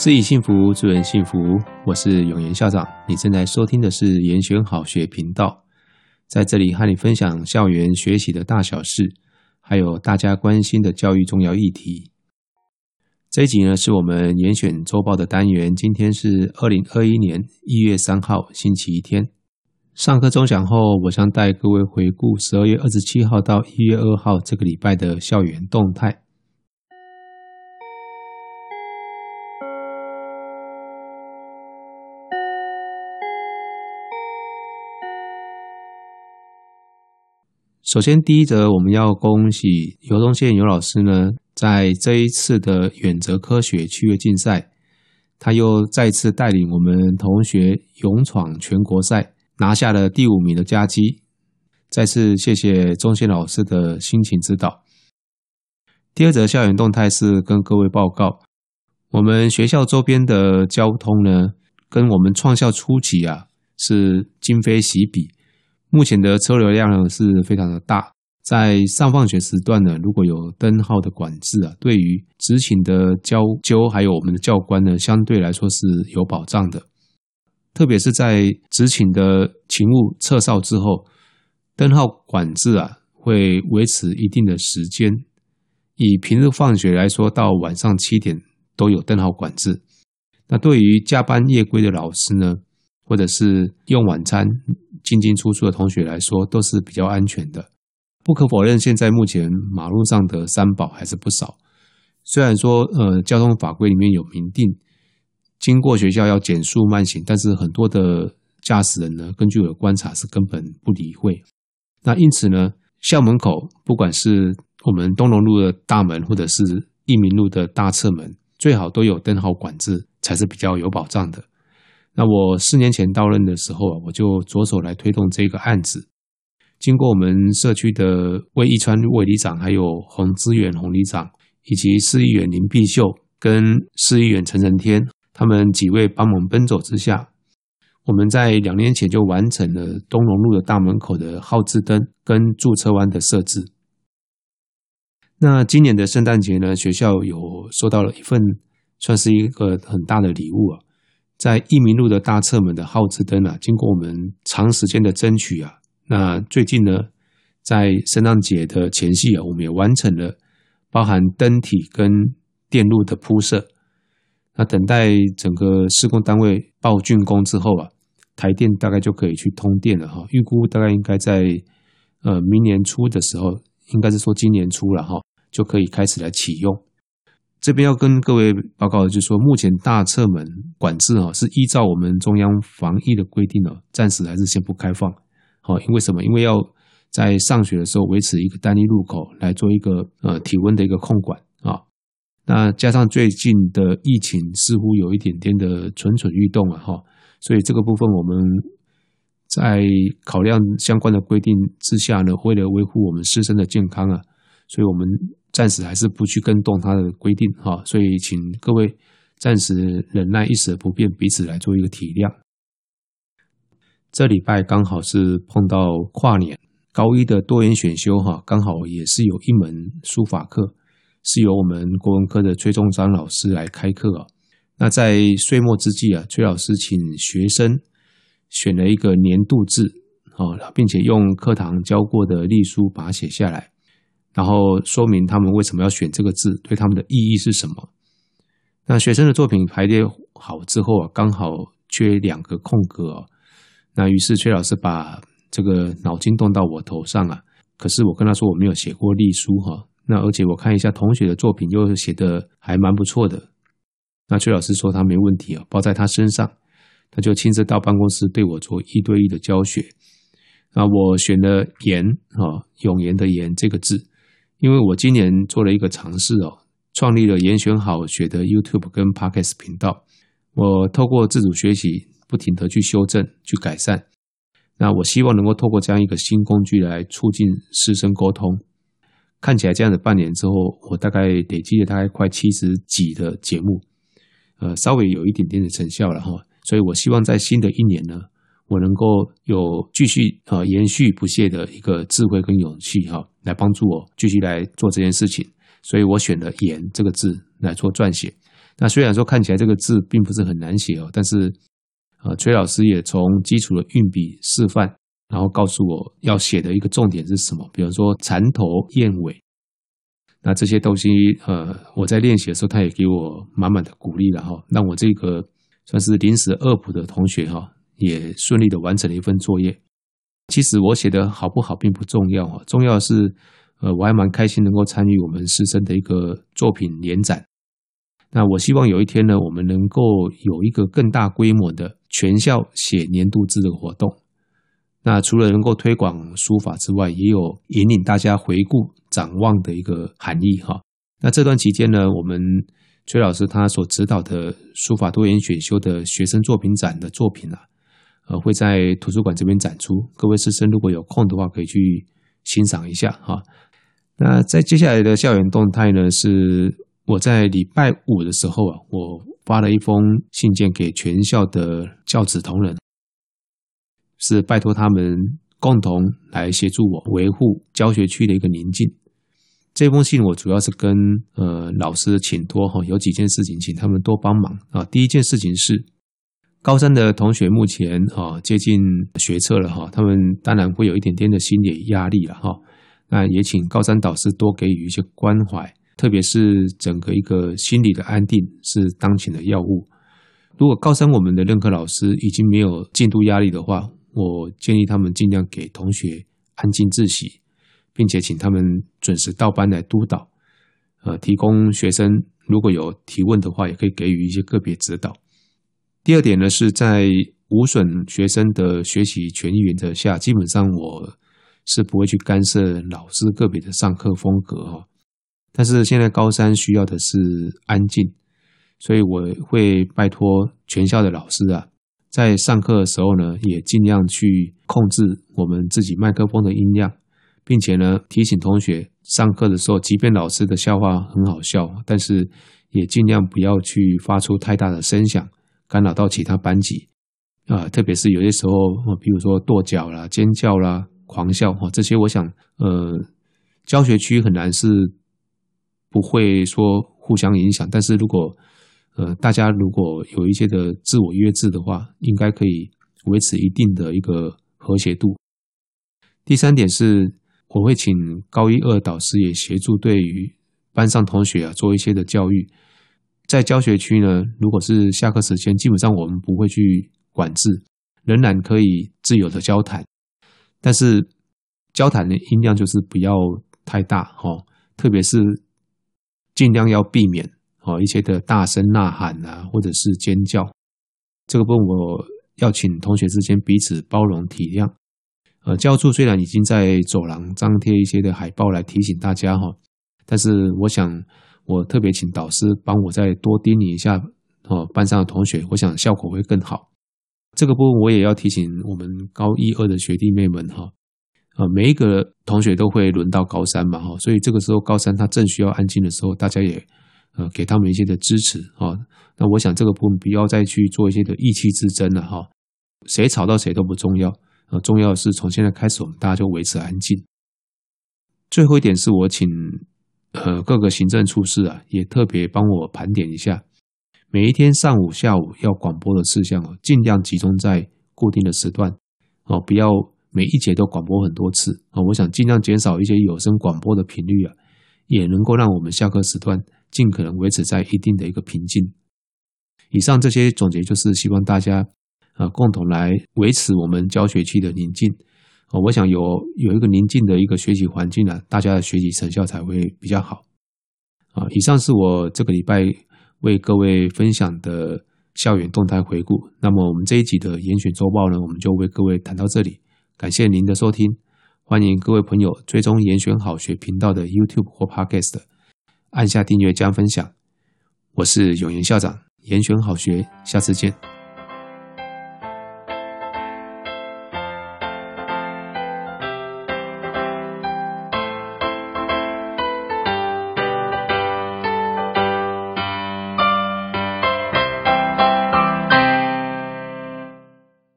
自己幸福，助人幸福。我是永言校长，你正在收听的是延选好学频道，在这里和你分享校园学习的大小事，还有大家关心的教育重要议题。这一集呢，是我们延选周报的单元，今天是2021年1月3号星期一天。上课钟响后，我将带各位回顾12月27号到1月2号这个礼拜的校园动态。首先第一则，我们要恭喜尤东县尤老师呢，在这一次的远哲科学趣味竞赛，他又再次带领我们同学勇闯全国赛，拿下了第5名的佳绩。再次谢谢钟宪老师的辛勤指导。第二则校园动态是跟各位报告，我们学校周边的交通呢，跟我们创校初期是今非昔比。目前的车流量呢是非常的大，在上放学时段呢，如果有灯号的管制对于执勤的教纠还有我们的教官呢，相对来说是有保障的。特别是在执勤的勤务撤哨之后，灯号管制会维持一定的时间。以平日放学来说，到晚上7点都有灯号管制。那对于加班夜归的老师呢，或者是用晚餐进进出出的同学来说，都是比较安全的。不可否认，现在目前马路上的三宝还是不少。虽然说交通法规里面有明定经过学校要减速慢行，但是很多的驾驶人呢，根据我的观察是根本不理会。那因此呢，校门口不管是我们东龙路的大门，或者是益民路的大侧门，最好都有灯号管制，才是比较有保障的。那我4年前到任的时候我就着手来推动这个案子。经过我们社区的魏义川魏里长，还有洪资源洪里长，以及市议员林碧秀跟市议员陈仁天，他们几位帮忙奔走之下，我们在2年前就完成了东龙路的大门口的号志灯跟驻车弯的设置。那今年的圣诞节呢，学校有收到了一份算是一个很大的礼物在益民路的大侧门的号志灯经过我们长时间的争取那最近呢，在圣诞节的前夕我们也完成了包含灯体跟电路的铺设。那等待整个施工单位报竣工之后台电大概就可以去通电了预估大概应该在明年初的时候，应该是说今年初了就可以开始来启用。这边要跟各位报告的就是说，目前大侧门管制是依照我们中央防疫的规定暂时还是先不开放。因为什么？因为要在上学的时候维持一个单一入口来做一个体温的一个控管那加上最近的疫情似乎有一点点的蠢蠢欲动所以这个部分我们在考量相关的规定之下呢，为了维护我们师生的健康所以我们暂时还是不去更动它的规定所以请各位暂时忍耐一时的不便，彼此来做一个体谅。这礼拜刚好是碰到跨年，高一的多元选修刚好也是有一门书法课，是由我们国文科的崔仲章老师来开课那在岁末之际崔老师请学生选了一个年度字并且用课堂教过的隶书把它写下来，然后说明他们为什么要选这个字，对他们的意义是什么。那学生的作品排列好之后刚好缺2个空格那于是崔老师把这个脑筋动到我头上可是我跟他说我没有写过隶书那而且我看一下同学的作品又写得还蛮不错的。那崔老师说他没问题包在他身上，他就亲自到办公室对我做1对1的教学。那我选了言永言的言这个字，因为我今年做了一个尝试创立了研选好学的 YouTube 跟 Podcast 频道。我透过自主学习不停地去修正去改善，那我希望能够透过这样一个新工具来促进师生沟通。看起来这样的半年之后，我大概累积了大概快70集的节目稍微有一点点的成效了所以我希望在新的一年呢，我能够有继续延续不懈的一个智慧跟勇气来帮助我继续来做这件事情。所以我选了言这个字来做撰写。 那虽然说看起来这个字并不是很难写但是崔老师也从基础的运笔示范，然后告诉我要写的一个重点是什么，比如说蚕头燕尾。那这些东西我在练习的时候他也给我满满的鼓励了让我这个算是临时恶补的同学也顺利的完成了一份作业。其实我写的好不好并不重要重要的是我还蛮开心能够参与我们师生的一个作品联展。那我希望有一天呢，我们能够有一个更大规模的全校写年度字的活动。那除了能够推广书法之外，也有引领大家回顾展望的一个含义那这段期间呢，我们崔老师他所指导的书法多元选修的学生作品展的作品会在图书馆这边展出，各位师生如果有空的话可以去欣赏一下那在接下来的校园动态呢，是我在礼拜五的时候我发了一封信件给全校的教职同仁，是拜托他们共同来协助我维护教学区的一个宁静。这封信我主要是跟老师请托有几件事情请他们多帮忙第一件事情是高三的同学目前接近学测了他们当然会有一点点的心理压力了那也请高三导师多给予一些关怀，特别是整个一个心理的安定是当前的要务。如果高三我们的任课老师已经没有进度压力的话，我建议他们尽量给同学安静自习，并且请他们准时到班来督导提供学生如果有提问的话也可以给予一些个别指导。第二点呢，是在无损学生的学习权益原则下，基本上我是不会去干涉老师个别的上课风格但是现在高三需要的是安静，所以我会拜托全校的老师在上课的时候呢，也尽量去控制我们自己麦克风的音量，并且呢提醒同学上课的时候，即便老师的笑话很好笑，但是也尽量不要去发出太大的声响，干扰到其他班级特别是有些时候比如说跺脚啦、尖叫啦、狂笑这些，我想教学区很难是不会说互相影响，但是如果大家如果有一些的自我约制的话，应该可以维持一定的一个和谐度。第三点是我会请高一二导师也协助对于班上同学做一些的教育。在教学区呢，如果是下课时间，基本上我们不会去管制，仍然可以自由的交谈，但是交谈的音量就是不要太大特别是尽量要避免一些的大声呐喊或者是尖叫。这个部分我要请同学之间彼此包容体谅。教处虽然已经在走廊张贴一些的海报来提醒大家但是我想我特别请导师帮我再多叮咛一下班上的同学，我想效果会更好。这个部分我也要提醒我们高一二的学弟妹们每一个同学都会轮到高三嘛所以这个时候高三他正需要安静的时候，大家也给他们一些的支持那我想这个部分不要再去做一些的意气之争了谁吵到谁都不重要重要的是从现在开始我们大家就维持安静。最后一点是我请各个行政处室也特别帮我盘点一下，每一天上午下午要广播的事项尽量集中在固定的时段不要每一节都广播很多次我想尽量减少一些有声广播的频率也能够让我们下课时段尽可能维持在一定的一个平静。以上这些总结就是希望大家共同来维持我们教学区的宁静我想有一个宁静的一个学习环境大家的学习成效才会比较好以上是我这个礼拜为各位分享的校园动态回顾。那么我们这一集的研选周报呢，我们就为各位谈到这里，感谢您的收听，欢迎各位朋友追踪研选好学频道的 YouTube 或 Podcast， 按下订阅加分享。我是永言校长，研选好学，下次见。